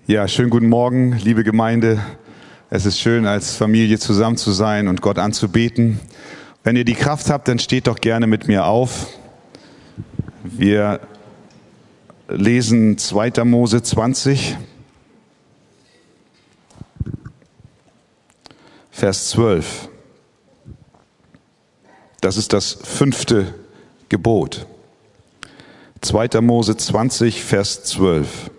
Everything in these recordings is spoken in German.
Ja, schönen guten Morgen, liebe Gemeinde. Es ist schön, als Familie zusammen zu sein und Gott anzubeten. Wenn ihr die Kraft habt, dann steht doch gerne mit mir auf. Wir lesen 2. Mose 20, Vers 12. Das ist das 5. Gebot. 2. Mose 20, Vers 12.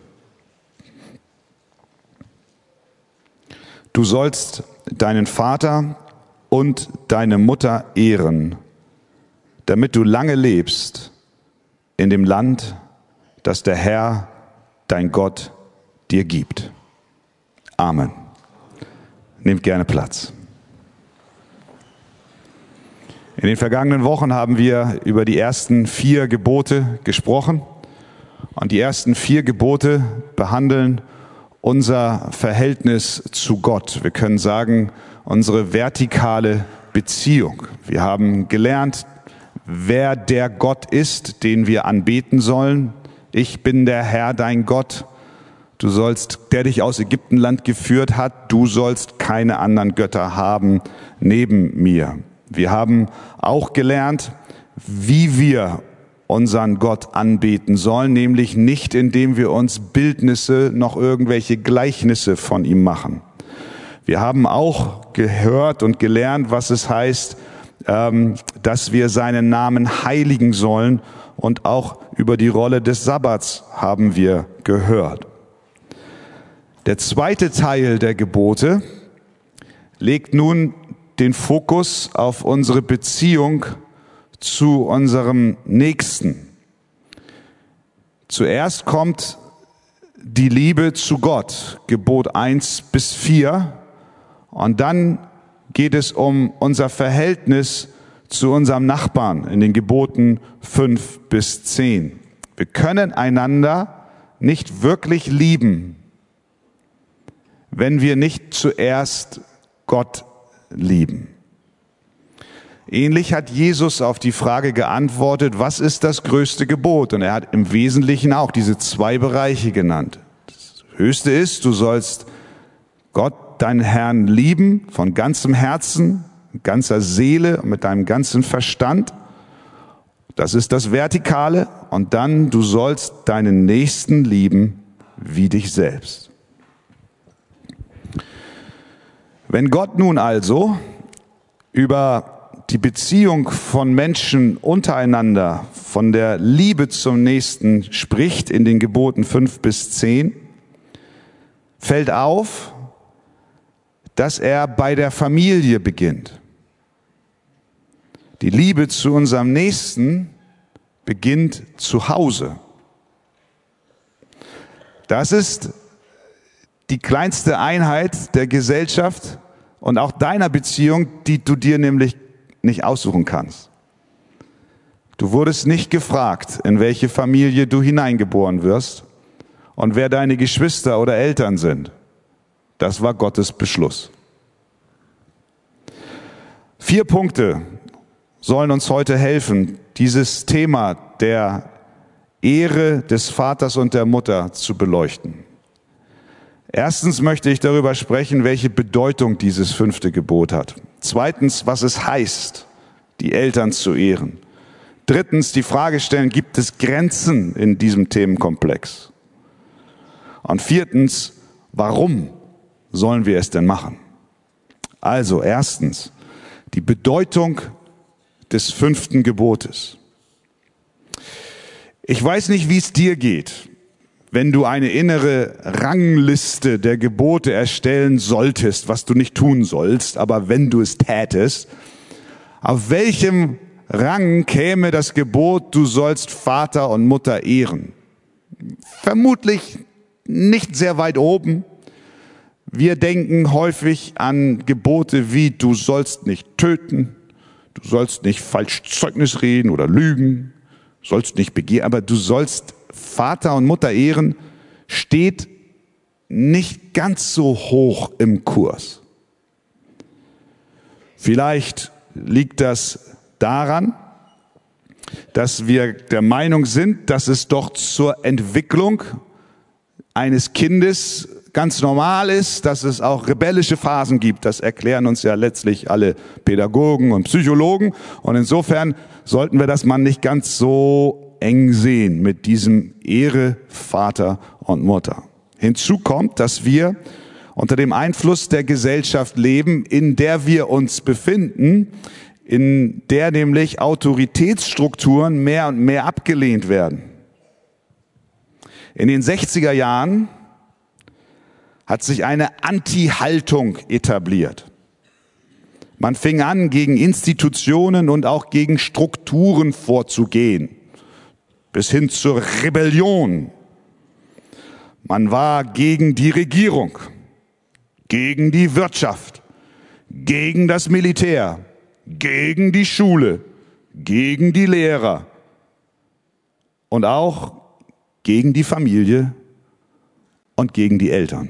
Du sollst deinen Vater und deine Mutter ehren, damit du lange lebst in dem Land, das der Herr, dein Gott, dir gibt. Amen. Nehmt gerne Platz. In den vergangenen Wochen haben wir über die ersten 4 Gebote gesprochen. Und die ersten 4 Gebote behandeln unser Verhältnis zu Gott. Wir können sagen, unsere vertikale Beziehung. Wir haben gelernt, wer der Gott ist, den wir anbeten sollen. Ich bin der Herr, dein Gott. Du sollst, der dich aus Ägyptenland geführt hat, du sollst keine anderen Götter haben neben mir. Wir haben auch gelernt, wie wir unseren Gott anbeten sollen, nämlich nicht, indem wir uns Bildnisse noch irgendwelche Gleichnisse von ihm machen. Wir haben auch gehört und gelernt, was es heißt, dass wir seinen Namen heiligen sollen, und auch über die Rolle des Sabbats haben wir gehört. Der zweite Teil der Gebote legt nun den Fokus auf unsere Beziehung zu unserem Nächsten. Zuerst kommt die Liebe zu Gott, Gebot 1 bis 4, und dann geht es um unser Verhältnis zu unserem Nachbarn in den Geboten 5 bis 10. Wir können einander nicht wirklich lieben, wenn wir nicht zuerst Gott lieben. Ähnlich hat Jesus auf die Frage geantwortet, was ist das größte Gebot? Und er hat im Wesentlichen auch diese 2 Bereiche genannt. Das höchste ist, du sollst Gott, deinen Herrn, lieben von ganzem Herzen, ganzer Seele und mit deinem ganzen Verstand. Das ist das Vertikale. Und dann, du sollst deinen Nächsten lieben wie dich selbst. Wenn Gott nun also über die Beziehung von Menschen untereinander, von der Liebe zum Nächsten spricht in den Geboten 5 bis 10, fällt auf, dass er bei der Familie beginnt. Die Liebe zu unserem Nächsten beginnt zu Hause. Das ist die kleinste Einheit der Gesellschaft und auch deiner Beziehung, die du dir nämlich nicht aussuchen kannst. Du wurdest nicht gefragt, in welche Familie du hineingeboren wirst und wer deine Geschwister oder Eltern sind. Das war Gottes Beschluss. 4 Punkte sollen uns heute helfen, dieses Thema der Ehre des Vaters und der Mutter zu beleuchten. Erstens möchte ich darüber sprechen, welche Bedeutung dieses 5. Gebot hat. Zweitens, was es heißt, die Eltern zu ehren. Drittens, die Frage stellen, gibt es Grenzen in diesem Themenkomplex? Und viertens, warum sollen wir es denn machen? Also erstens, die Bedeutung des 5. Gebotes. Ich weiß nicht, wie es dir geht, wenn du eine innere Rangliste der Gebote erstellen solltest, was du nicht tun sollst, aber wenn du es tätest, auf welchem Rang käme das Gebot, du sollst Vater und Mutter ehren? Vermutlich nicht sehr weit oben. Wir denken häufig an Gebote wie, du sollst nicht töten, du sollst nicht falsch Zeugnis reden oder lügen, du sollst nicht begehren, aber du sollst Vater und Mutter ehren, steht nicht ganz so hoch im Kurs. Vielleicht liegt das daran, dass wir der Meinung sind, dass es doch zur Entwicklung eines Kindes ganz normal ist, dass es auch rebellische Phasen gibt. Das erklären uns ja letztlich alle Pädagogen und Psychologen. Und insofern sollten wir das mal nicht ganz so eng sehen mit diesem Ehre Vater und Mutter. Hinzu kommt, dass wir unter dem Einfluss der Gesellschaft leben, in der wir uns befinden, in der nämlich Autoritätsstrukturen mehr und mehr abgelehnt werden. In den 60er Jahren hat sich eine Anti-Haltung etabliert. Man fing an, gegen Institutionen und auch gegen Strukturen vorzugehen, bis hin zur Rebellion. Man war gegen die Regierung, gegen die Wirtschaft, gegen das Militär, gegen die Schule, gegen die Lehrer und auch gegen die Familie und gegen die Eltern.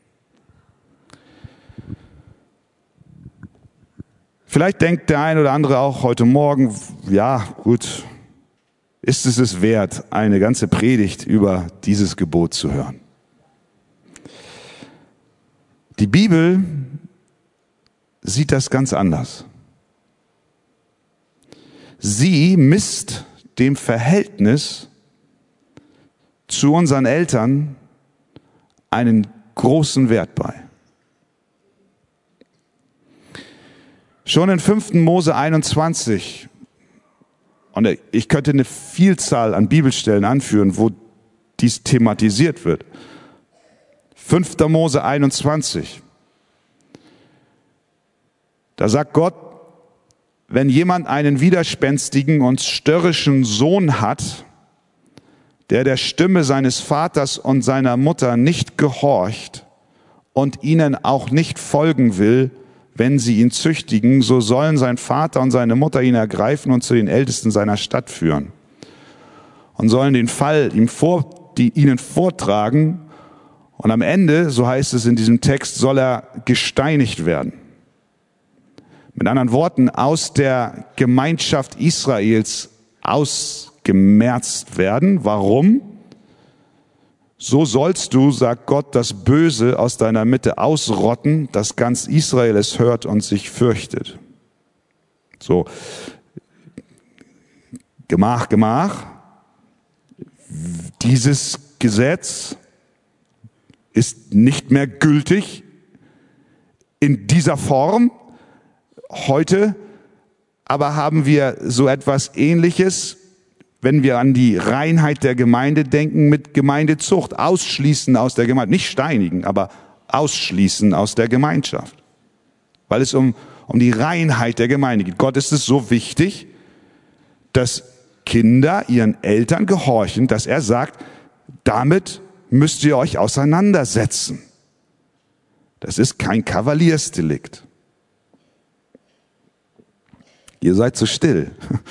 Vielleicht denkt der ein oder andere auch heute Morgen, ja gut, ist es wert, eine ganze Predigt über dieses Gebot zu hören. Die Bibel sieht das ganz anders. Sie misst dem Verhältnis zu unseren Eltern einen großen Wert bei. Schon in 5. Mose 21, und ich könnte eine Vielzahl an Bibelstellen anführen, wo dies thematisiert wird. 5. Mose 21. Da sagt Gott, wenn jemand einen widerspenstigen und störrischen Sohn hat, der Stimme seines Vaters und seiner Mutter nicht gehorcht und ihnen auch nicht folgen will, wenn sie ihn züchtigen, so sollen sein Vater und seine Mutter ihn ergreifen und zu den Ältesten seiner Stadt führen und sollen den Fall ihnen vortragen. Und am Ende, so heißt es in diesem Text, soll er gesteinigt werden. Mit anderen Worten, aus der Gemeinschaft Israels ausgemerzt werden. Warum? So sollst du, sagt Gott, das Böse aus deiner Mitte ausrotten, dass ganz Israel es hört und sich fürchtet. So, Gemach. Dieses Gesetz ist nicht mehr gültig in dieser Form. Heute aber haben wir so etwas Ähnliches, wenn wir an die Reinheit der Gemeinde denken, mit Gemeindezucht. Ausschließen aus der Gemeinde, nicht steinigen, aber ausschließen aus der Gemeinschaft. Weil es um die Reinheit der Gemeinde geht. Gott ist es so wichtig, dass Kinder ihren Eltern gehorchen, dass er sagt, damit müsst ihr euch auseinandersetzen. Das ist kein Kavaliersdelikt. Ihr seid so still.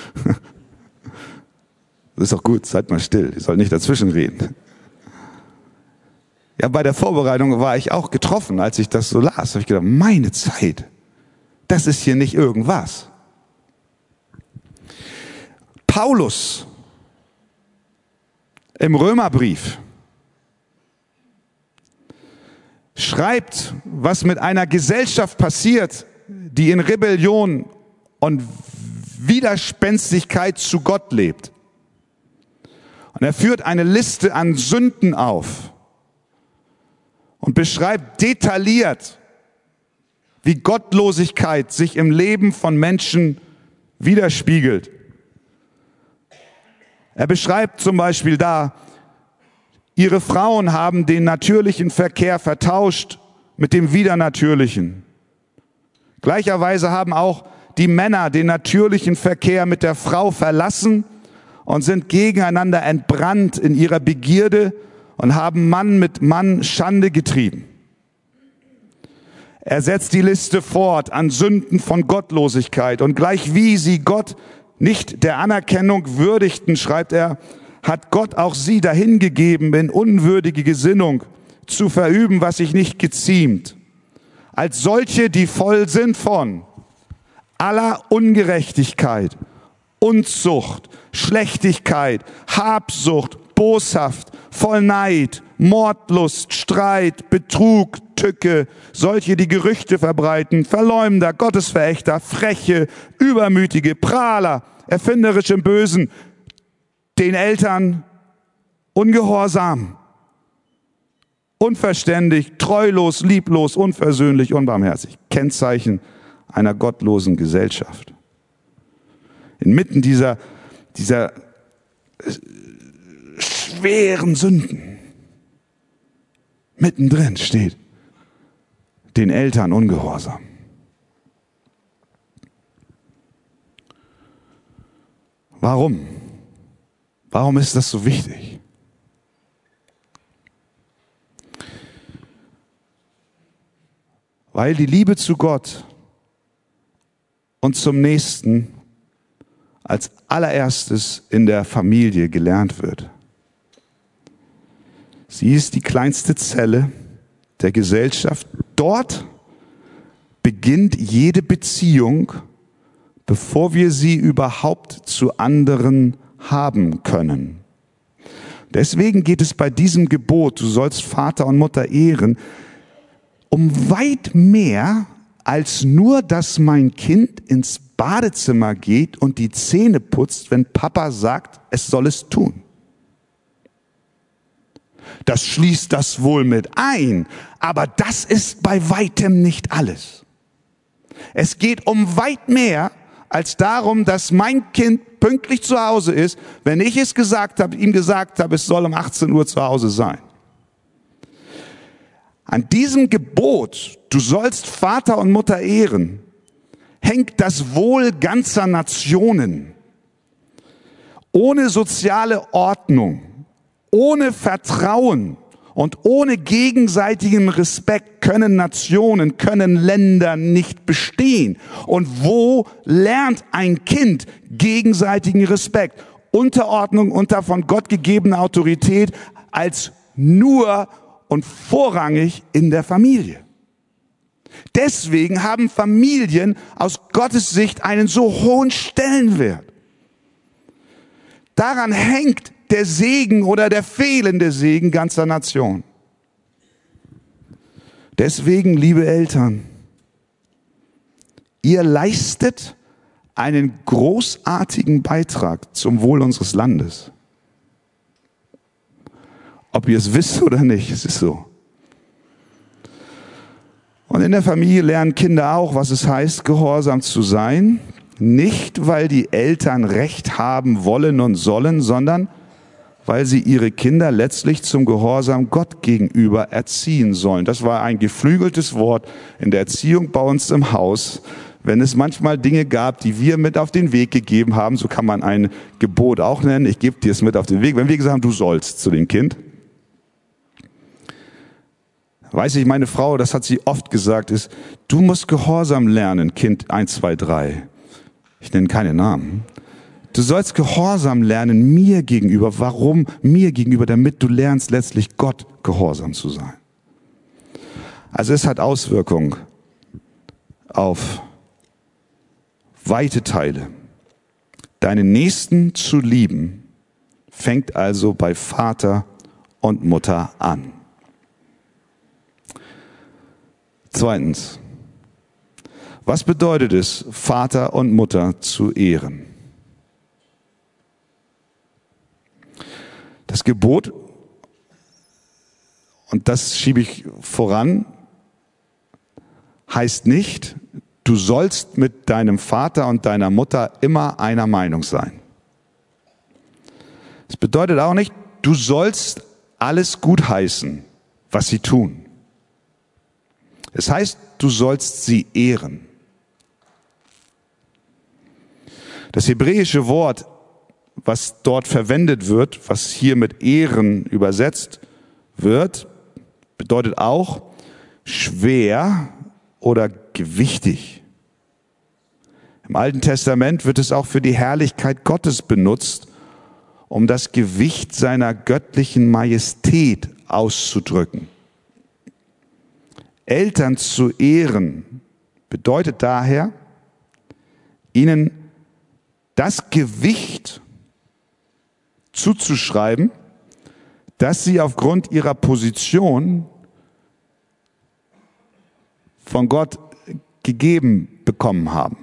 Das ist doch gut, seid mal still. Ihr sollt nicht dazwischen reden. Ja, bei der Vorbereitung war ich auch getroffen, als ich das so las. Habe ich gedacht, meine Zeit, das ist hier nicht irgendwas. Paulus im Römerbrief schreibt, was mit einer Gesellschaft passiert, die in Rebellion und Widerspenstigkeit zu Gott lebt. Und er führt eine Liste an Sünden auf und beschreibt detailliert, wie Gottlosigkeit sich im Leben von Menschen widerspiegelt. Er beschreibt zum Beispiel da, ihre Frauen haben den natürlichen Verkehr vertauscht mit dem widernatürlichen. Gleicherweise haben auch die Männer den natürlichen Verkehr mit der Frau verlassen und sind gegeneinander entbrannt in ihrer Begierde und haben Mann mit Mann Schande getrieben. Er setzt die Liste fort an Sünden von Gottlosigkeit und gleichwie sie Gott nicht der Anerkennung würdigten, schreibt er, hat Gott auch sie dahingegeben, in unwürdige Gesinnung zu verüben, was sich nicht geziemt. Als solche, die voll sind von aller Ungerechtigkeit, Unzucht, Schlechtigkeit, Habsucht, boshaft, voll Neid, Mordlust, Streit, Betrug, Tücke, solche, die Gerüchte verbreiten, Verleumder, Gottesverächter, Freche, Übermütige, Prahler, erfinderisch im Bösen, den Eltern ungehorsam, unverständig, treulos, lieblos, unversöhnlich, unbarmherzig. Kennzeichen einer gottlosen Gesellschaft. Inmitten dieser schweren Sünden, mittendrin steht den Eltern ungehorsam. Warum? Warum ist das so wichtig? Weil die Liebe zu Gott und zum Nächsten als allererstes in der Familie gelernt wird. Sie ist die kleinste Zelle der Gesellschaft. Dort beginnt jede Beziehung, bevor wir sie überhaupt zu anderen haben können. Deswegen geht es bei diesem Gebot, du sollst Vater und Mutter ehren, um weit mehr als nur, dass mein Kind ins Badezimmer geht und die Zähne putzt, wenn Papa sagt, es soll es tun. Das schließt das wohl mit ein, aber das ist bei weitem nicht alles. Es geht um weit mehr als darum, dass mein Kind pünktlich zu Hause ist, wenn ich es ihm gesagt habe, es soll um 18 Uhr zu Hause sein. An diesem Gebot, du sollst Vater und Mutter ehren, hängt das Wohl ganzer Nationen. Ohne soziale Ordnung, ohne Vertrauen und ohne gegenseitigen Respekt können Nationen, können Länder nicht bestehen. Und wo lernt ein Kind gegenseitigen Respekt, Unterordnung unter von Gott gegebener Autorität als nur und vorrangig in der Familie? Deswegen haben Familien aus Gottes Sicht einen so hohen Stellenwert. Daran hängt der Segen oder der fehlende Segen ganzer Nation. Deswegen, liebe Eltern, ihr leistet einen großartigen Beitrag zum Wohl unseres Landes. Ob ihr es wisst oder nicht, es ist so. Und in der Familie lernen Kinder auch, was es heißt, gehorsam zu sein. Nicht, weil die Eltern Recht haben wollen und sollen, sondern weil sie ihre Kinder letztlich zum Gehorsam Gott gegenüber erziehen sollen. Das war ein geflügeltes Wort in der Erziehung bei uns im Haus. Wenn es manchmal Dinge gab, die wir mit auf den Weg gegeben haben, so kann man ein Gebot auch nennen, ich gebe dir es mit auf den Weg. Wenn wir gesagt haben, du sollst zu dem Kind, weiß ich, meine Frau, das hat sie oft gesagt, ist, du musst Gehorsam lernen, Kind 1, 2, 3. Ich nenne keine Namen. Du sollst Gehorsam lernen mir gegenüber. Warum mir gegenüber? Damit du lernst, letztlich Gott gehorsam zu sein. Also es hat Auswirkungen auf weite Teile. Deinen Nächsten zu lieben, fängt also bei Vater und Mutter an. Zweitens, was bedeutet es, Vater und Mutter zu ehren? Das Gebot, und das schiebe ich voran, heißt nicht, du sollst mit deinem Vater und deiner Mutter immer einer Meinung sein. Es bedeutet auch nicht, du sollst alles gutheißen, was sie tun. Es heißt, du sollst sie ehren. Das hebräische Wort, was dort verwendet wird, was hier mit Ehren übersetzt wird, bedeutet auch schwer oder gewichtig. Im Alten Testament wird es auch für die Herrlichkeit Gottes benutzt, um das Gewicht seiner göttlichen Majestät auszudrücken. Eltern zu ehren bedeutet daher, ihnen das Gewicht zuzuschreiben, dass sie aufgrund ihrer Position von Gott gegeben bekommen haben.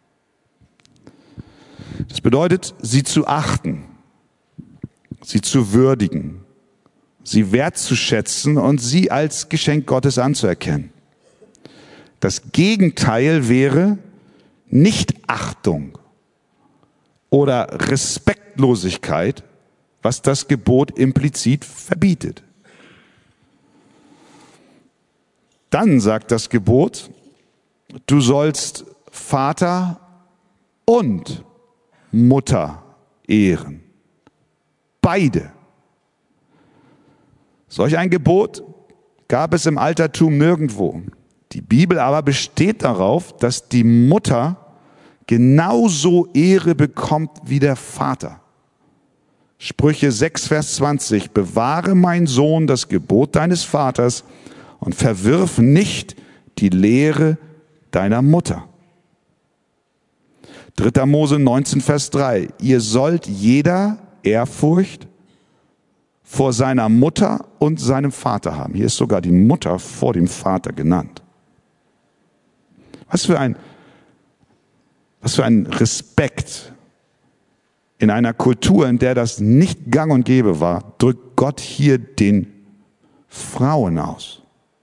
Das bedeutet, sie zu achten, sie zu würdigen, sie wertzuschätzen und sie als Geschenk Gottes anzuerkennen. Das Gegenteil wäre Nichtachtung oder Respektlosigkeit, was das Gebot implizit verbietet. Dann sagt das Gebot, du sollst Vater und Mutter ehren. Beide. Solch ein Gebot gab es im Altertum nirgendwo. Die Bibel aber besteht darauf, dass die Mutter genauso Ehre bekommt wie der Vater. Sprüche 6, Vers 20. Bewahre, mein Sohn, das Gebot deines Vaters und verwirf nicht die Lehre deiner Mutter. 3. Mose 19, Vers 3. Ihr sollt jeder Ehrfurcht vor seiner Mutter und seinem Vater haben. Hier ist sogar die Mutter vor dem Vater genannt. Was für ein Respekt in einer Kultur, in der das nicht gang und gäbe war, drückt Gott hier den Frauen aus.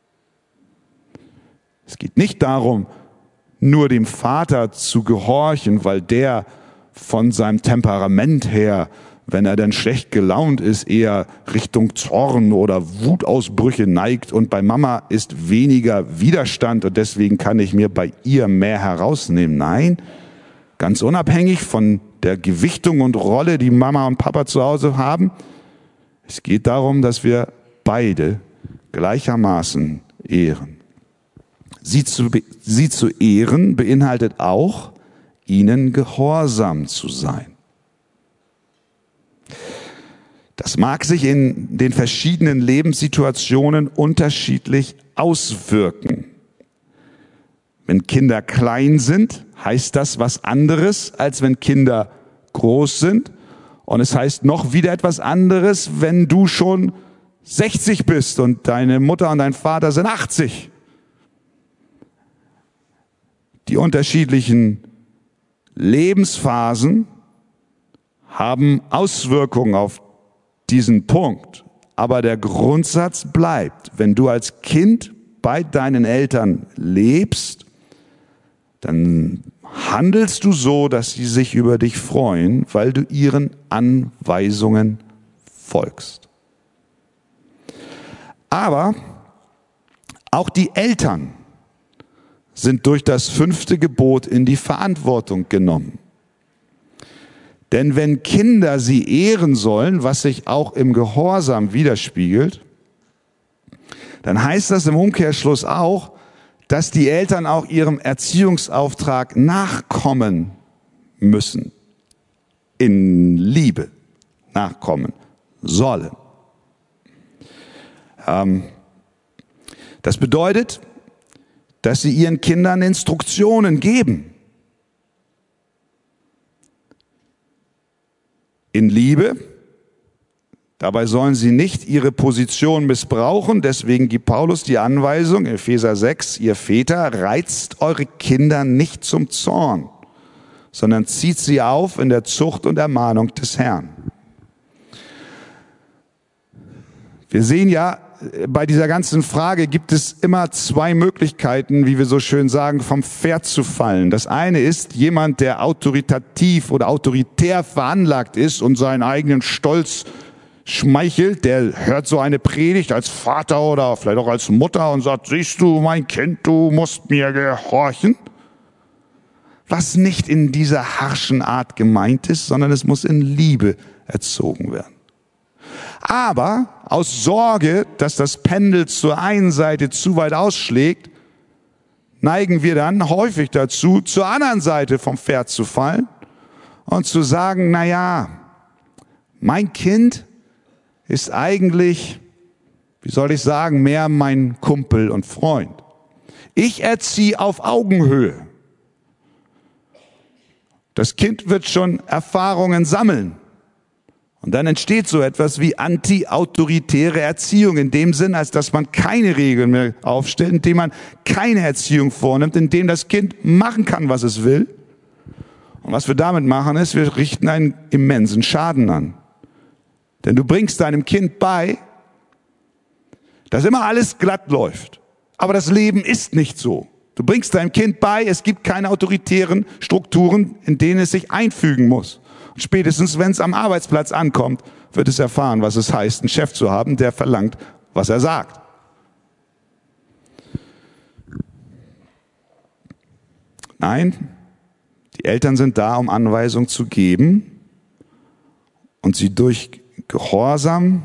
Es geht nicht darum, nur dem Vater zu gehorchen, weil der von seinem Temperament her, wenn er dann schlecht gelaunt ist, eher Richtung Zorn oder Wutausbrüche neigt und bei Mama ist weniger Widerstand und deswegen kann ich mir bei ihr mehr herausnehmen. Nein, ganz unabhängig von der Gewichtung und Rolle, die Mama und Papa zu Hause haben. Es geht darum, dass wir beide gleichermaßen ehren. Sie zu ehren beinhaltet auch, ihnen gehorsam zu sein. Das mag sich in den verschiedenen Lebenssituationen unterschiedlich auswirken. Wenn Kinder klein sind, heißt das was anderes, als wenn Kinder groß sind. Und es heißt noch wieder etwas anderes, wenn du schon 60 bist und deine Mutter und dein Vater sind 80. Die unterschiedlichen Lebensphasen haben Auswirkungen auf diesen Punkt. Aber der Grundsatz bleibt, wenn du als Kind bei deinen Eltern lebst, dann handelst du so, dass sie sich über dich freuen, weil du ihren Anweisungen folgst. Aber auch die Eltern sind durch das 5. Gebot in die Verantwortung genommen. Denn wenn Kinder sie ehren sollen, was sich auch im Gehorsam widerspiegelt, dann heißt das im Umkehrschluss auch, dass die Eltern auch ihrem Erziehungsauftrag nachkommen müssen. In Liebe nachkommen sollen. Das bedeutet, dass sie ihren Kindern Instruktionen geben. In Liebe. Dabei sollen sie nicht ihre Position missbrauchen. Deswegen gibt Paulus die Anweisung, Epheser 6, ihr Väter, reizt eure Kinder nicht zum Zorn, sondern zieht sie auf in der Zucht und Ermahnung des Herrn. Wir sehen ja, bei dieser ganzen Frage gibt es immer zwei Möglichkeiten, wie wir so schön sagen, vom Pferd zu fallen. Das eine ist jemand, der autoritativ oder autoritär veranlagt ist und seinen eigenen Stolz schmeichelt, der hört so eine Predigt als Vater oder vielleicht auch als Mutter und sagt, siehst du, mein Kind, du musst mir gehorchen. Was nicht in dieser harschen Art gemeint ist, sondern es muss in Liebe erzogen werden. Aber aus Sorge, dass das Pendel zur einen Seite zu weit ausschlägt, neigen wir dann häufig dazu, zur anderen Seite vom Pferd zu fallen und zu sagen, na ja, mein Kind ist eigentlich, wie soll ich sagen, mehr mein Kumpel und Freund. Ich erziehe auf Augenhöhe. Das Kind wird schon Erfahrungen sammeln. Und dann entsteht so etwas wie anti-autoritäre Erziehung, in dem Sinn, als dass man keine Regeln mehr aufstellt, indem man keine Erziehung vornimmt, indem das Kind machen kann, was es will. Und was wir damit machen, ist, wir richten einen immensen Schaden an. Denn du bringst deinem Kind bei, dass immer alles glatt läuft. Aber das Leben ist nicht so. Du bringst deinem Kind bei, es gibt keine autoritären Strukturen, in denen es sich einfügen muss. Und spätestens, wenn es am Arbeitsplatz ankommt, wird es erfahren, was es heißt, einen Chef zu haben, der verlangt, was er sagt. Nein, die Eltern sind da, um Anweisungen zu geben und sie durch Gehorsam,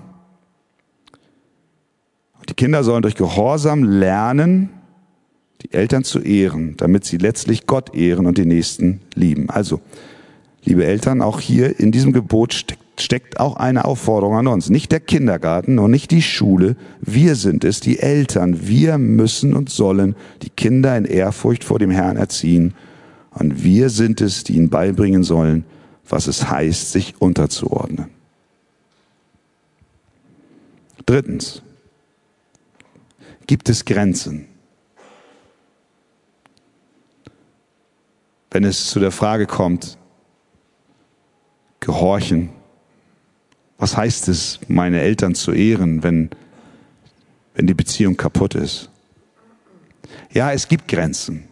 die Kinder sollen durch Gehorsam lernen, die Eltern zu ehren, damit sie letztlich Gott ehren und den Nächsten lieben. Also, liebe Eltern, auch hier in diesem Gebot steckt auch eine Aufforderung an uns. Nicht der Kindergarten und nicht die Schule. Wir sind es, die Eltern. Wir müssen und sollen die Kinder in Ehrfurcht vor dem Herrn erziehen. Und wir sind es, die ihnen beibringen sollen, was es heißt, sich unterzuordnen. Drittens. Gibt es Grenzen? Wenn es zu der Frage kommt, gehorchen, was heißt es, meine Eltern zu ehren, wenn die Beziehung kaputt ist? Ja, es gibt Grenzen.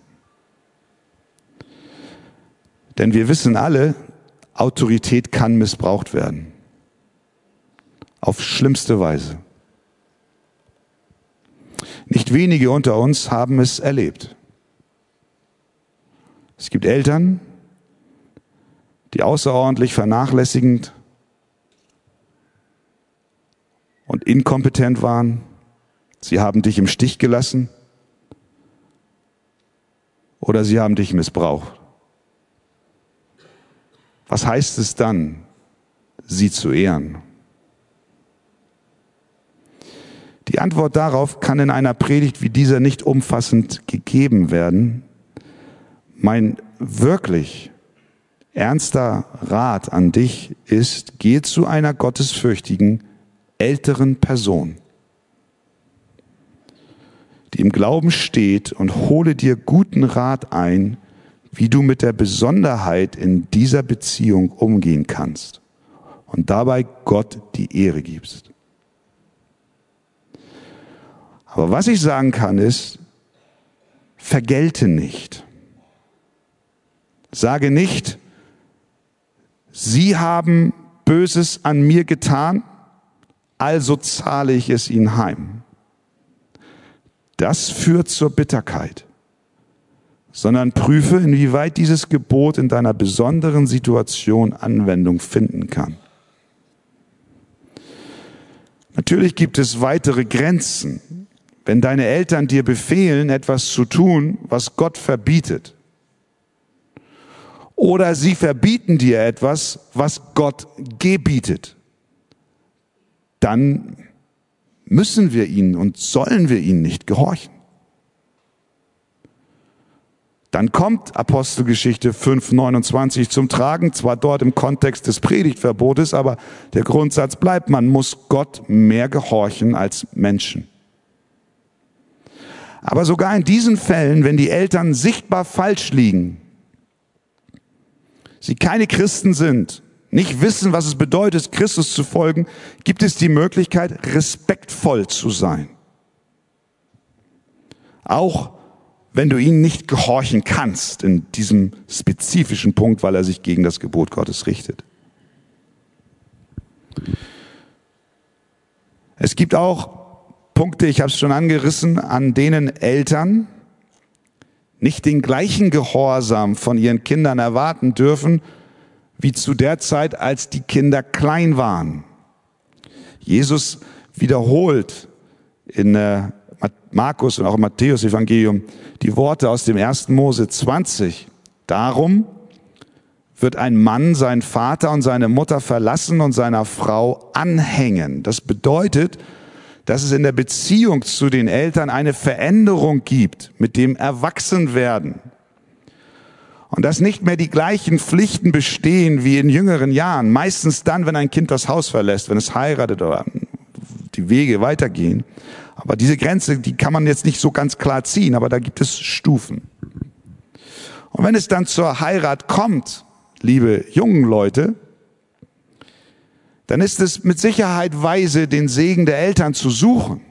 Denn wir wissen alle, Autorität kann missbraucht werden. Auf schlimmste Weise. Nicht wenige unter uns haben es erlebt. Es gibt Eltern, die außerordentlich vernachlässigend und inkompetent waren. Sie haben dich im Stich gelassen oder sie haben dich missbraucht. Was heißt es dann, sie zu ehren? Die Antwort darauf kann in einer Predigt wie dieser nicht umfassend gegeben werden. Mein wirklich ernster Rat an dich ist, geh zu einer gottesfürchtigen, älteren Person, die im Glauben steht, und hole dir guten Rat ein, wie du mit der Besonderheit in dieser Beziehung umgehen kannst und dabei Gott die Ehre gibst. Aber was ich sagen kann ist, vergelte nicht. Sage nicht, Sie haben Böses an mir getan, also zahle ich es ihnen heim. Das führt zur Bitterkeit. Sondern prüfe, inwieweit dieses Gebot in deiner besonderen Situation Anwendung finden kann. Natürlich gibt es weitere Grenzen. Wenn deine Eltern dir befehlen, etwas zu tun, was Gott verbietet, oder sie verbieten dir etwas, was Gott gebietet, dann müssen wir ihnen und sollen wir ihnen nicht gehorchen. Dann kommt Apostelgeschichte 5,29 zum Tragen, zwar dort im Kontext des Predigtverbotes, aber der Grundsatz bleibt, man muss Gott mehr gehorchen als Menschen. Aber sogar in diesen Fällen, wenn die Eltern sichtbar falsch liegen, sie keine Christen sind, nicht wissen, was es bedeutet, Christus zu folgen, gibt es die Möglichkeit, respektvoll zu sein. Auch wenn du ihnen nicht gehorchen kannst in diesem spezifischen Punkt, weil er sich gegen das Gebot Gottes richtet. Es gibt auch Punkte, ich habe es schon angerissen, an denen Eltern nicht den gleichen Gehorsam von ihren Kindern erwarten dürfen, wie zu der Zeit, als die Kinder klein waren. Jesus wiederholt in Markus und auch im Matthäus-Evangelium die Worte aus dem 1. Mose 20. Darum wird ein Mann seinen Vater und seine Mutter verlassen und seiner Frau anhängen. Das bedeutet, dass es in der Beziehung zu den Eltern eine Veränderung gibt mit dem Erwachsenwerden. Und dass nicht mehr die gleichen Pflichten bestehen wie in jüngeren Jahren. Meistens dann, wenn ein Kind das Haus verlässt, wenn es heiratet oder die Wege weitergehen. Aber diese Grenze, die kann man jetzt nicht so ganz klar ziehen, aber da gibt es Stufen. Und wenn es dann zur Heirat kommt, liebe jungen Leute, dann ist es mit Sicherheit weise, den Segen der Eltern zu suchen.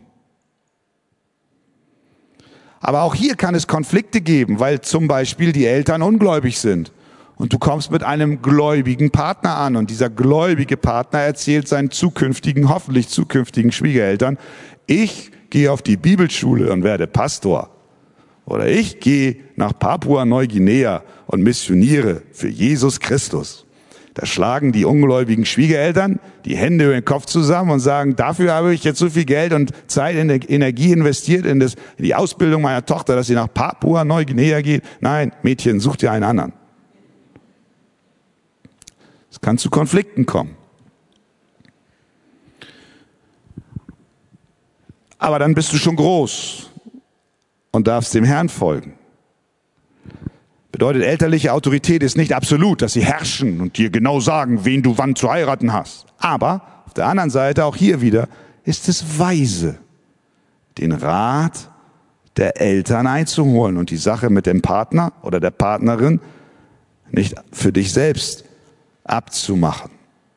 Aber auch hier kann es Konflikte geben, weil zum Beispiel die Eltern ungläubig sind. Und du kommst mit einem gläubigen Partner an und dieser gläubige Partner erzählt seinen zukünftigen, hoffentlich zukünftigen Schwiegereltern, ich gehe auf die Bibelschule und werde Pastor. Oder ich gehe nach Papua-Neuguinea und missioniere für Jesus Christus. Da schlagen die ungläubigen Schwiegereltern die Hände über den Kopf zusammen und sagen, dafür habe ich jetzt so viel Geld und Zeit und Energie investiert in die Ausbildung meiner Tochter, dass sie nach Papua-Neuguinea geht. Nein, Mädchen, such dir einen anderen. Es kann zu Konflikten kommen. Aber dann bist du schon groß und darfst dem Herrn folgen. Bedeutet, elterliche Autorität ist nicht absolut, dass sie herrschen und dir genau sagen, wen du wann zu heiraten hast. Aber auf der anderen Seite, auch hier wieder, ist es weise, den Rat der Eltern einzuholen und die Sache mit dem Partner oder der Partnerin nicht für dich selbst abzumachen.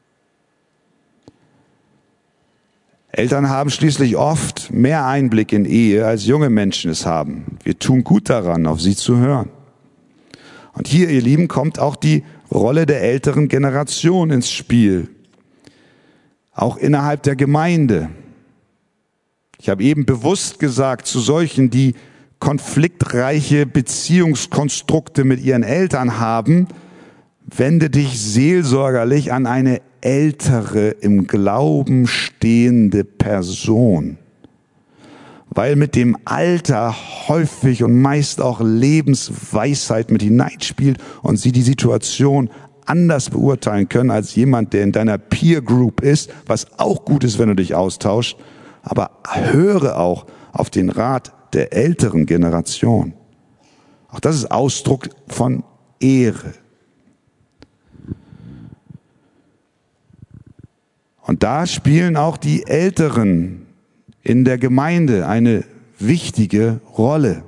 Eltern haben schließlich oft mehr Einblick in Ehe, als junge Menschen es haben. Wir tun gut daran, auf sie zu hören. Und hier, ihr Lieben, kommt auch die Rolle der älteren Generation ins Spiel. Auch innerhalb der Gemeinde. Ich habe eben bewusst gesagt, zu solchen, die konfliktreiche Beziehungskonstrukte mit ihren Eltern haben, wende dich seelsorgerlich an eine ältere, im Glauben stehende Person. Weil mit dem Alter häufig und meist auch Lebensweisheit mit hineinspielt und sie die Situation anders beurteilen können als jemand, der in deiner Peer Group ist, was auch gut ist, wenn du dich austauschst. Aber höre auch auf den Rat der älteren Generation. Auch das ist Ausdruck von Ehre. Und da spielen auch die Älteren in der Gemeinde eine wichtige Rolle.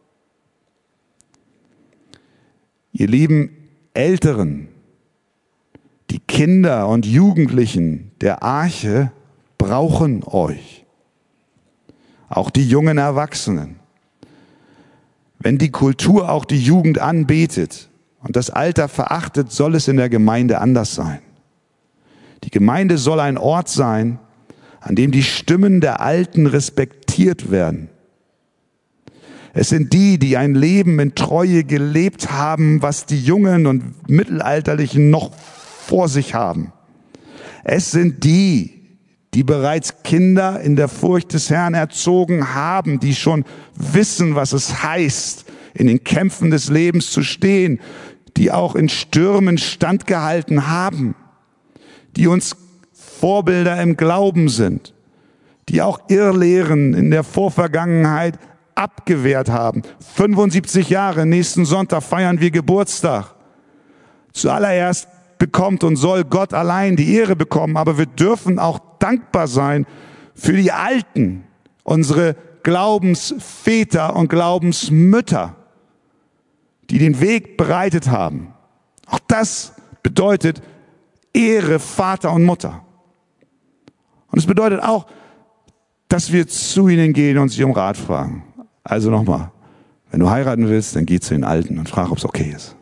Ihr lieben Älteren, die Kinder und Jugendlichen der Arche brauchen euch. Auch die jungen Erwachsenen. Wenn die Kultur auch die Jugend anbetet und das Alter verachtet, soll es in der Gemeinde anders sein. Die Gemeinde soll ein Ort sein, an dem die Stimmen der Alten respektiert werden. Es sind die, die ein Leben in Treue gelebt haben, was die Jungen und Mittelalterlichen noch vor sich haben. Es sind die, die bereits Kinder in der Furcht des Herrn erzogen haben, die schon wissen, was es heißt, in den Kämpfen des Lebens zu stehen, die auch in Stürmen standgehalten haben, die uns Vorbilder im Glauben sind, die auch Irrlehren in der Vorvergangenheit abgewehrt haben. 75 Jahre, nächsten Sonntag feiern wir Geburtstag. Zuallererst bekommt und soll Gott allein die Ehre bekommen, aber wir dürfen auch dankbar sein für die Alten, unsere Glaubensväter und Glaubensmütter, die den Weg bereitet haben. Auch das bedeutet Ehre Vater und Mutter. Und es bedeutet auch, dass wir zu ihnen gehen und sie um Rat fragen. Also nochmal, wenn du heiraten willst, dann geh zu den Alten und frag, ob es okay ist.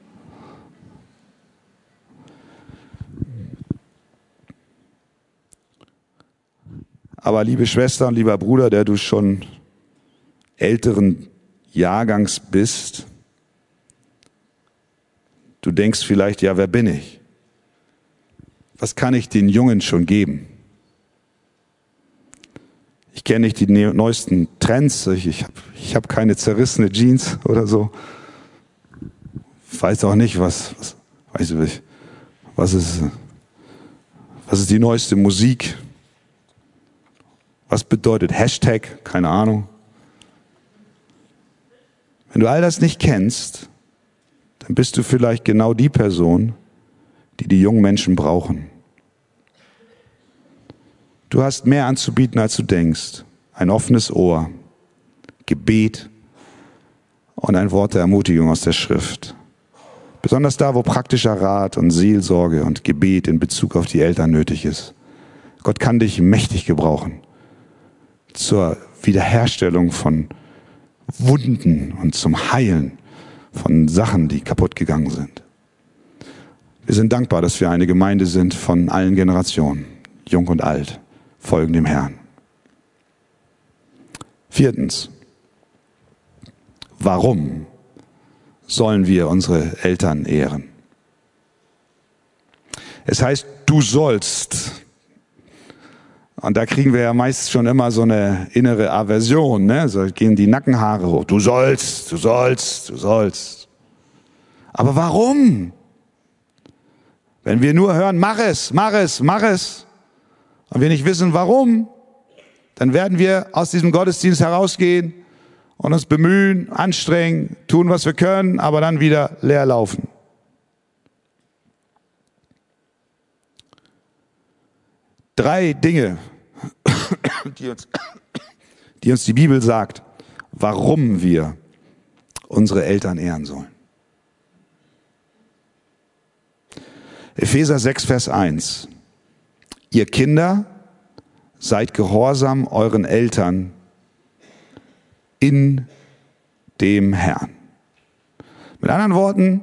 Aber liebe Schwester und lieber Bruder, der du schon älteren Jahrgangs bist, du denkst vielleicht, ja, wer bin ich? Was kann ich den Jungen schon geben? Ich kenne nicht die neuesten Trends, ich hab keine zerrissene Jeans oder so. Ich weiß auch nicht, was ist die neueste Musik? Was bedeutet Hashtag? Keine Ahnung. Wenn du all das nicht kennst, dann bist du vielleicht genau die Person, die die jungen Menschen brauchen. Du hast mehr anzubieten, als du denkst. Ein offenes Ohr, Gebet und ein Wort der Ermutigung aus der Schrift. Besonders da, wo praktischer Rat und Seelsorge und Gebet in Bezug auf die Eltern nötig ist. Gott kann dich mächtig gebrauchen zur Wiederherstellung von Wunden und zum Heilen von Sachen, die kaputt gegangen sind. Wir sind dankbar, dass wir eine Gemeinde sind von allen Generationen, jung und alt, folgen dem Herrn. 4. Warum sollen wir unsere Eltern ehren? Es heißt, du sollst. Und da kriegen wir ja meist schon immer so eine innere Aversion, ne? So gehen die Nackenhaare hoch. Du sollst, du sollst, du sollst. Aber warum? Wenn wir nur hören, mach es, mach es, mach es, und wir nicht wissen, warum, dann werden wir aus diesem Gottesdienst herausgehen und uns bemühen, anstrengen, tun, was wir können, aber dann wieder leer laufen. Drei Dinge, die uns die Bibel sagt, warum wir unsere Eltern ehren sollen. Epheser 6, Vers 1. Ihr Kinder, seid gehorsam euren Eltern in dem Herrn. Mit anderen Worten,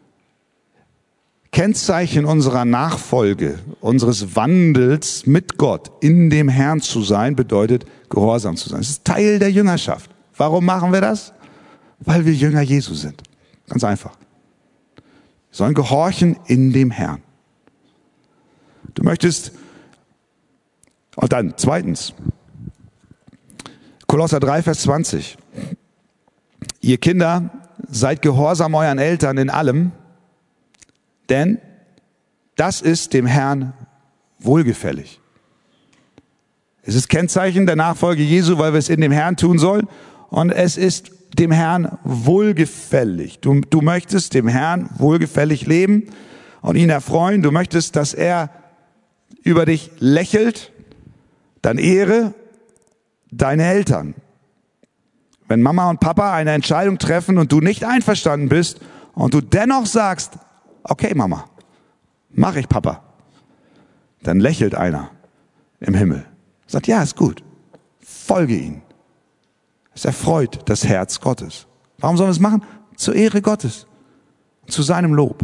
Kennzeichen unserer Nachfolge, unseres Wandels mit Gott in dem Herrn zu sein, bedeutet gehorsam zu sein. Es ist Teil der Jüngerschaft. Warum machen wir das? Weil wir Jünger Jesu sind. Ganz einfach. Wir sollen gehorchen in dem Herrn. Du möchtest, und dann zweitens, Kolosser 3, Vers 20. Ihr Kinder, seid gehorsam euren Eltern in allem, denn das ist dem Herrn wohlgefällig. Es ist Kennzeichen der Nachfolge Jesu, weil wir es in dem Herrn tun sollen. Und es ist dem Herrn wohlgefällig. Du möchtest dem Herrn wohlgefällig leben und ihn erfreuen. Du möchtest, dass er über dich lächelt. Dann ehre deine Eltern. Wenn Mama und Papa eine Entscheidung treffen und du nicht einverstanden bist und du dennoch sagst, okay Mama, mach ich Papa, dann lächelt einer im Himmel. Sagt, ja, ist gut. Folge ihm. Es erfreut das Herz Gottes. Warum sollen wir es machen? Zur Ehre Gottes. Zu seinem Lob.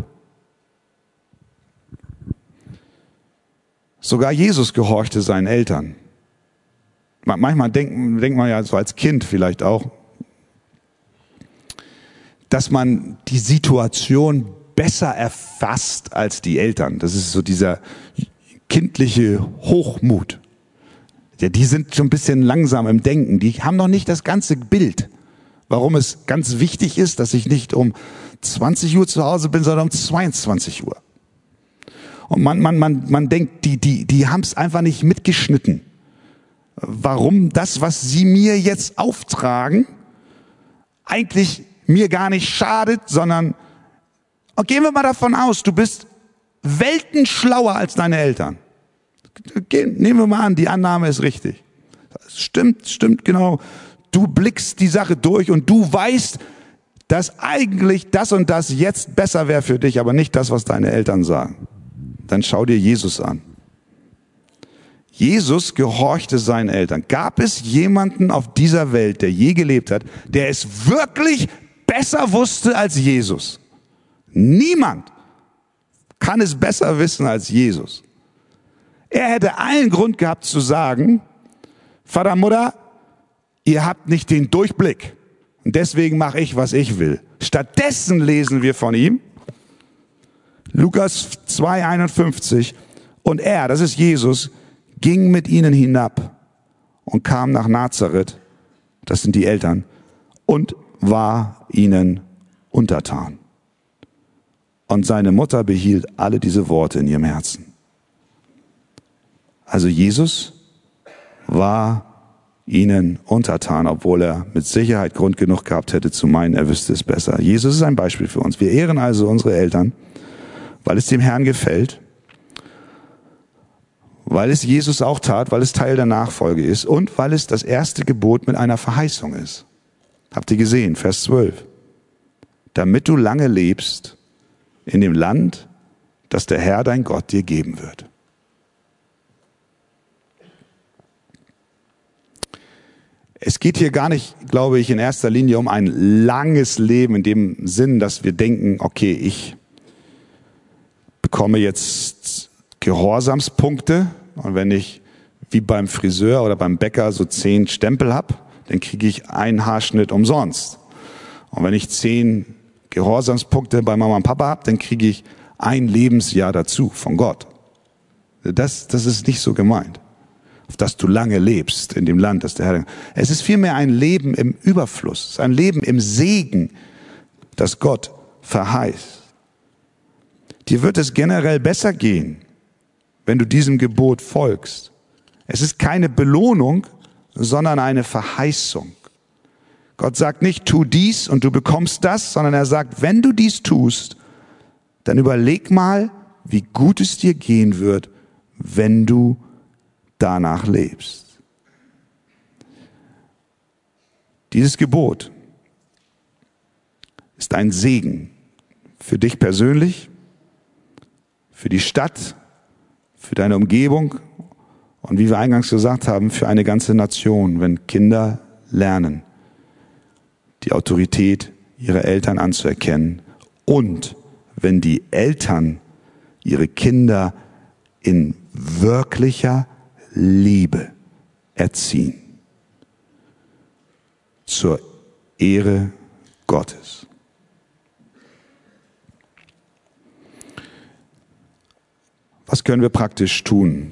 Sogar Jesus gehorchte seinen Eltern. Manchmal denkt man ja so als Kind vielleicht auch, dass man die Situation besser erfasst als die Eltern. Das ist so dieser kindliche Hochmut. Ja, die sind schon ein bisschen langsam im Denken. Die haben noch nicht das ganze Bild. Warum es ganz wichtig ist, dass ich nicht um 20 Uhr zu Hause bin, sondern um 22 Uhr. Und man denkt, die haben es einfach nicht mitgeschnitten. Warum das, was sie mir jetzt auftragen, eigentlich mir gar nicht schadet, sondern gehen wir mal davon aus, du bist weltenschlauer als deine Eltern. Nehmen wir mal an, die Annahme ist richtig. Stimmt genau. Du blickst die Sache durch und du weißt, dass eigentlich das und das jetzt besser wäre für dich, aber nicht das, was deine Eltern sagen. Dann schau dir Jesus an. Jesus gehorchte seinen Eltern. Gab es jemanden auf dieser Welt, der je gelebt hat, der es wirklich besser wusste als Jesus? Niemand kann es besser wissen als Jesus. Er hätte allen Grund gehabt zu sagen, Vater, Mutter, ihr habt nicht den Durchblick und deswegen mache ich, was ich will. Stattdessen lesen wir von ihm, Lukas 2,51, und er, das ist Jesus, ging mit ihnen hinab und kam nach Nazareth, das sind die Eltern, und war ihnen untertan. Und seine Mutter behielt alle diese Worte in ihrem Herzen. Also Jesus war ihnen untertan, obwohl er mit Sicherheit Grund genug gehabt hätte zu meinen, er wüsste es besser. Jesus ist ein Beispiel für uns. Wir ehren also unsere Eltern, weil es dem Herrn gefällt, weil es Jesus auch tat, weil es Teil der Nachfolge ist und weil es das erste Gebot mit einer Verheißung ist. Habt ihr gesehen, Vers 12. Damit du lange lebst in dem Land, das der Herr dein Gott dir geben wird. Es geht hier gar nicht, glaube ich, in erster Linie um ein langes Leben in dem Sinn, dass wir denken, okay, ich bekomme jetzt Gehorsamspunkte und wenn ich wie beim Friseur oder beim Bäcker so 10 Stempel habe, dann kriege ich einen Haarschnitt umsonst. Und wenn ich 10 Gehorsamspunkte bei Mama und Papa habe, dann kriege ich ein Lebensjahr dazu von Gott. Das ist nicht so gemeint. Auf das du lange lebst in dem Land, das der Herr. Es ist vielmehr ein Leben im Überfluss, es ist ein Leben im Segen, das Gott verheißt. Dir wird es generell besser gehen, wenn du diesem Gebot folgst. Es ist keine Belohnung, sondern eine Verheißung. Gott sagt nicht, tu dies und du bekommst das, sondern er sagt, wenn du dies tust, dann überleg mal, wie gut es dir gehen wird, wenn du danach lebst. Dieses Gebot ist ein Segen für dich persönlich, für die Stadt, für deine Umgebung und wie wir eingangs gesagt haben, für eine ganze Nation, wenn Kinder lernen, die Autorität ihrer Eltern anzuerkennen und wenn die Eltern ihre Kinder in wirklicher Liebe erziehen. Zur Ehre Gottes. Was können wir praktisch tun?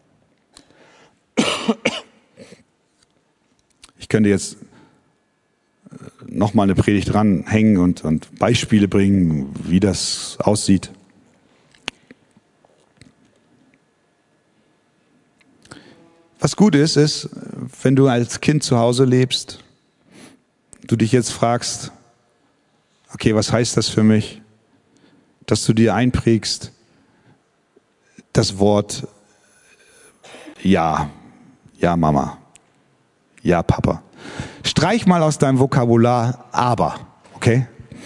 Ich könnte jetzt nochmal eine Predigt dranhängen und Beispiele bringen, wie das aussieht. Was gut ist, wenn du als Kind zu Hause lebst, du dich jetzt fragst, okay, was heißt das für mich? Dass du dir einprägst, das Wort Ja, ja Mama, ja Papa. Streich mal aus deinem Vokabular aber, okay?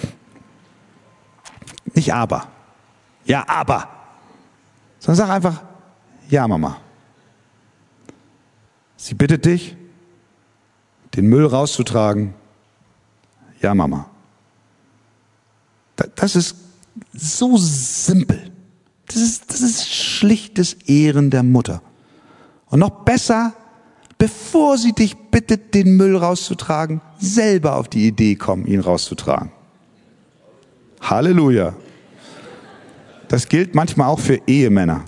Nicht aber, ja aber, sondern sag einfach Ja Mama. Sie bittet dich, den Müll rauszutragen. Ja, Mama. Das ist so simpel. Das ist schlichtes Ehren der Mutter. Und noch besser, bevor sie dich bittet, den Müll rauszutragen, selber auf die Idee kommen, ihn rauszutragen. Halleluja. Das gilt manchmal auch für Ehemänner.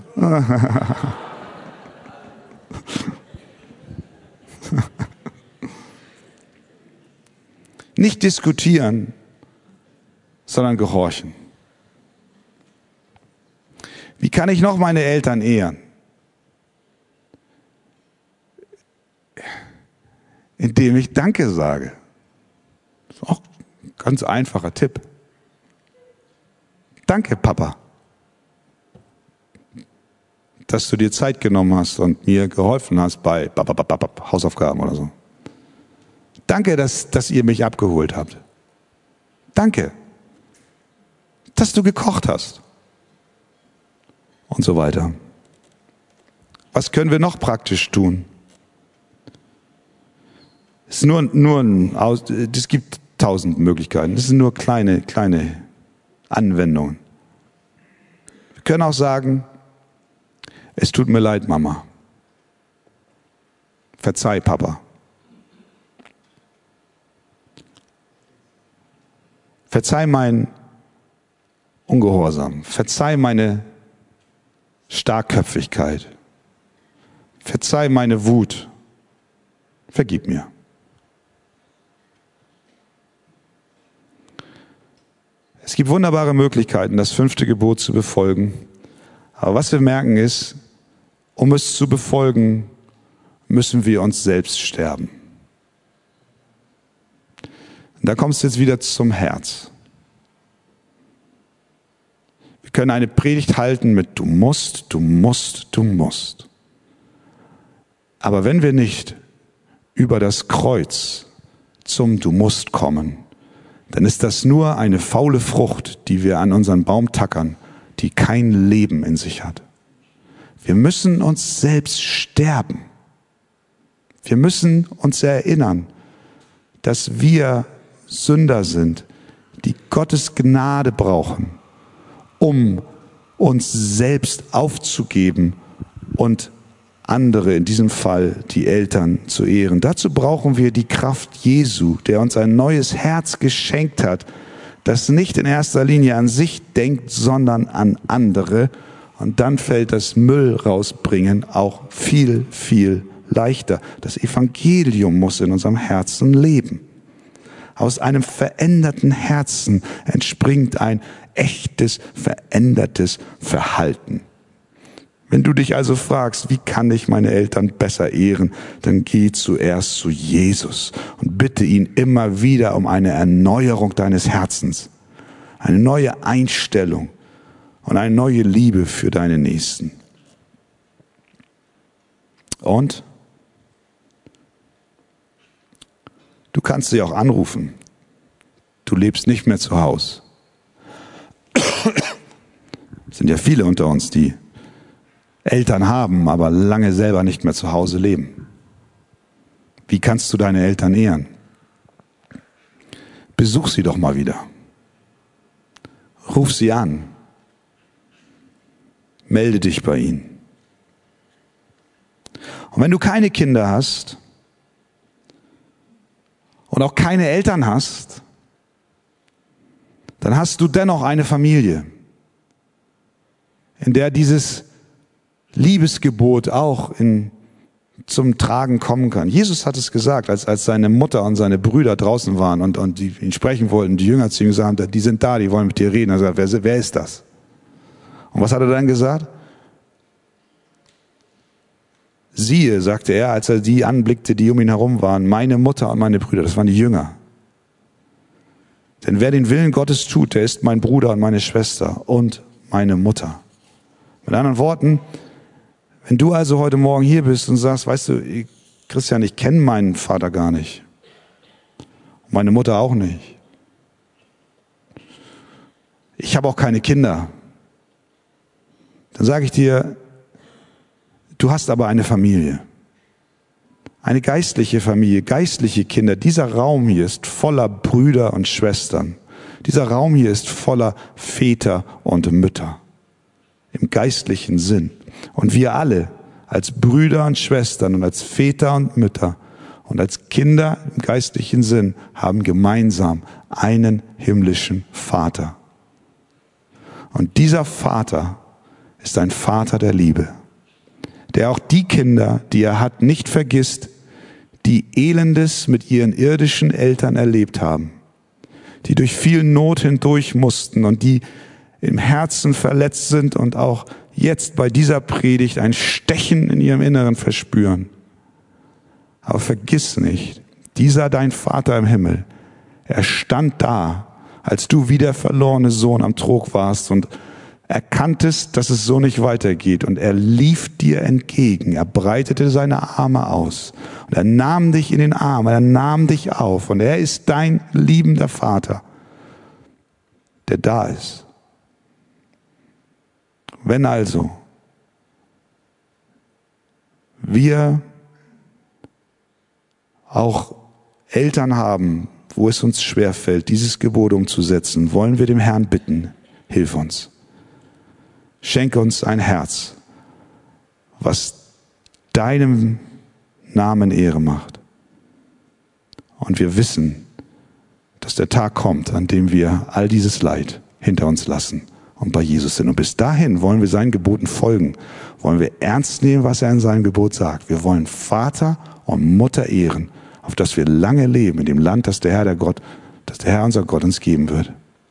Nicht diskutieren, sondern gehorchen. Wie kann ich noch meine Eltern ehren? Indem ich Danke sage. Das ist auch ein ganz einfacher Tipp. Danke, Papa, dass du dir Zeit genommen hast und mir geholfen hast bei Hausaufgaben oder so. Danke, dass ihr mich abgeholt habt. Danke, dass du gekocht hast. Und so weiter. Was können wir noch praktisch tun? Es gibt 1000 Möglichkeiten. Das sind nur kleine Anwendungen. Wir können auch sagen, es tut mir leid, Mama. Verzeih, Papa. Verzeih mein Ungehorsam. Verzeih meine Starkköpfigkeit. Verzeih meine Wut. Vergib mir. Es gibt wunderbare Möglichkeiten, das 5. Gebot zu befolgen. Aber was wir merken ist, um es zu befolgen, müssen wir uns selbst sterben. Und da kommst du jetzt wieder zum Herz. Wir können eine Predigt halten mit du musst, du musst, du musst. Aber wenn wir nicht über das Kreuz zum Du musst kommen, dann ist das nur eine faule Frucht, die wir an unseren Baum tackern, die kein Leben in sich hat. Wir müssen uns selbst sterben. Wir müssen uns erinnern, dass wir Sünder sind, die Gottes Gnade brauchen, um uns selbst aufzugeben und andere, in diesem Fall die Eltern, zu ehren. Dazu brauchen wir die Kraft Jesu, der uns ein neues Herz geschenkt hat, das nicht in erster Linie an sich denkt, sondern an andere. Und dann fällt das Müll rausbringen auch viel, viel leichter. Das Evangelium muss in unserem Herzen leben. Aus einem veränderten Herzen entspringt ein echtes, verändertes Verhalten. Wenn du dich also fragst, wie kann ich meine Eltern besser ehren, dann geh zuerst zu Jesus und bitte ihn immer wieder um eine Erneuerung deines Herzens, eine neue Einstellung und eine neue Liebe für deine Nächsten. Und du kannst sie auch anrufen. Du lebst nicht mehr zu Hause. Es sind ja viele unter uns, die Eltern haben, aber lange selber nicht mehr zu Hause leben. Wie kannst du deine Eltern ehren? Besuch sie doch mal wieder. Ruf sie an. Melde dich bei ihnen. Und wenn du keine Kinder hast und auch keine Eltern hast, dann hast du dennoch eine Familie, in der dieses Liebesgebot auch zum Tragen kommen kann. Jesus hat es gesagt, als seine Mutter und seine Brüder draußen waren und die ihn sprechen wollten, die Jünger zu ihm gesagt haben, die sind da, die wollen mit dir reden. Er sagt, wer ist das? Und was hat er dann gesagt? Siehe, sagte er, als er die anblickte, die um ihn herum waren, meine Mutter und meine Brüder, das waren die Jünger. Denn wer den Willen Gottes tut, der ist mein Bruder und meine Schwester und meine Mutter. Mit anderen Worten, wenn du also heute Morgen hier bist und sagst, weißt du, Christian, ich kenne meinen Vater gar nicht. Und meine Mutter auch nicht. Ich habe auch keine Kinder. Dann sage ich dir, du hast aber eine Familie. Eine geistliche Familie, geistliche Kinder. Dieser Raum hier ist voller Brüder und Schwestern. Dieser Raum hier ist voller Väter und Mütter. Im geistlichen Sinn. Und wir alle als Brüder und Schwestern und als Väter und Mütter und als Kinder im geistlichen Sinn haben gemeinsam einen himmlischen Vater. Und dieser Vater ist ein Vater der Liebe, der auch die Kinder, die er hat, nicht vergisst, die Elendes mit ihren irdischen Eltern erlebt haben, die durch viel Not hindurch mussten und die im Herzen verletzt sind und auch jetzt bei dieser Predigt ein Stechen in ihrem Inneren verspüren. Aber vergiss nicht, dieser dein Vater im Himmel, er stand da, als du wie der verlorene Sohn am Trog warst und erkanntest, dass es so nicht weitergeht. Und er lief dir entgegen, er breitete seine Arme aus und er nahm dich in den Arm, er nahm dich auf und er ist dein liebender Vater, der da ist. Wenn also wir auch Eltern haben, wo es uns schwerfällt, dieses Gebot umzusetzen, wollen wir dem Herrn bitten, hilf uns. Schenke uns ein Herz, was deinem Namen Ehre macht. Und wir wissen, dass der Tag kommt, an dem wir all dieses Leid hinter uns lassen und bei Jesus sind. Und bis dahin wollen wir seinen Geboten folgen, wollen wir ernst nehmen, was er in seinem Gebot sagt. Wir wollen Vater und Mutter ehren, auf dass wir lange leben in dem Land, das der Herr unser Gott uns geben wird.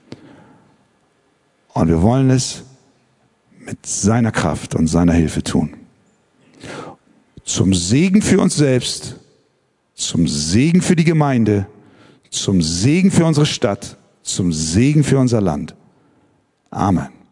Und wir wollen es mit seiner Kraft und seiner Hilfe tun. zum Segen für uns selbst, zum Segen für die Gemeinde, zum Segen für unsere Stadt, zum Segen für unser Land. Amen.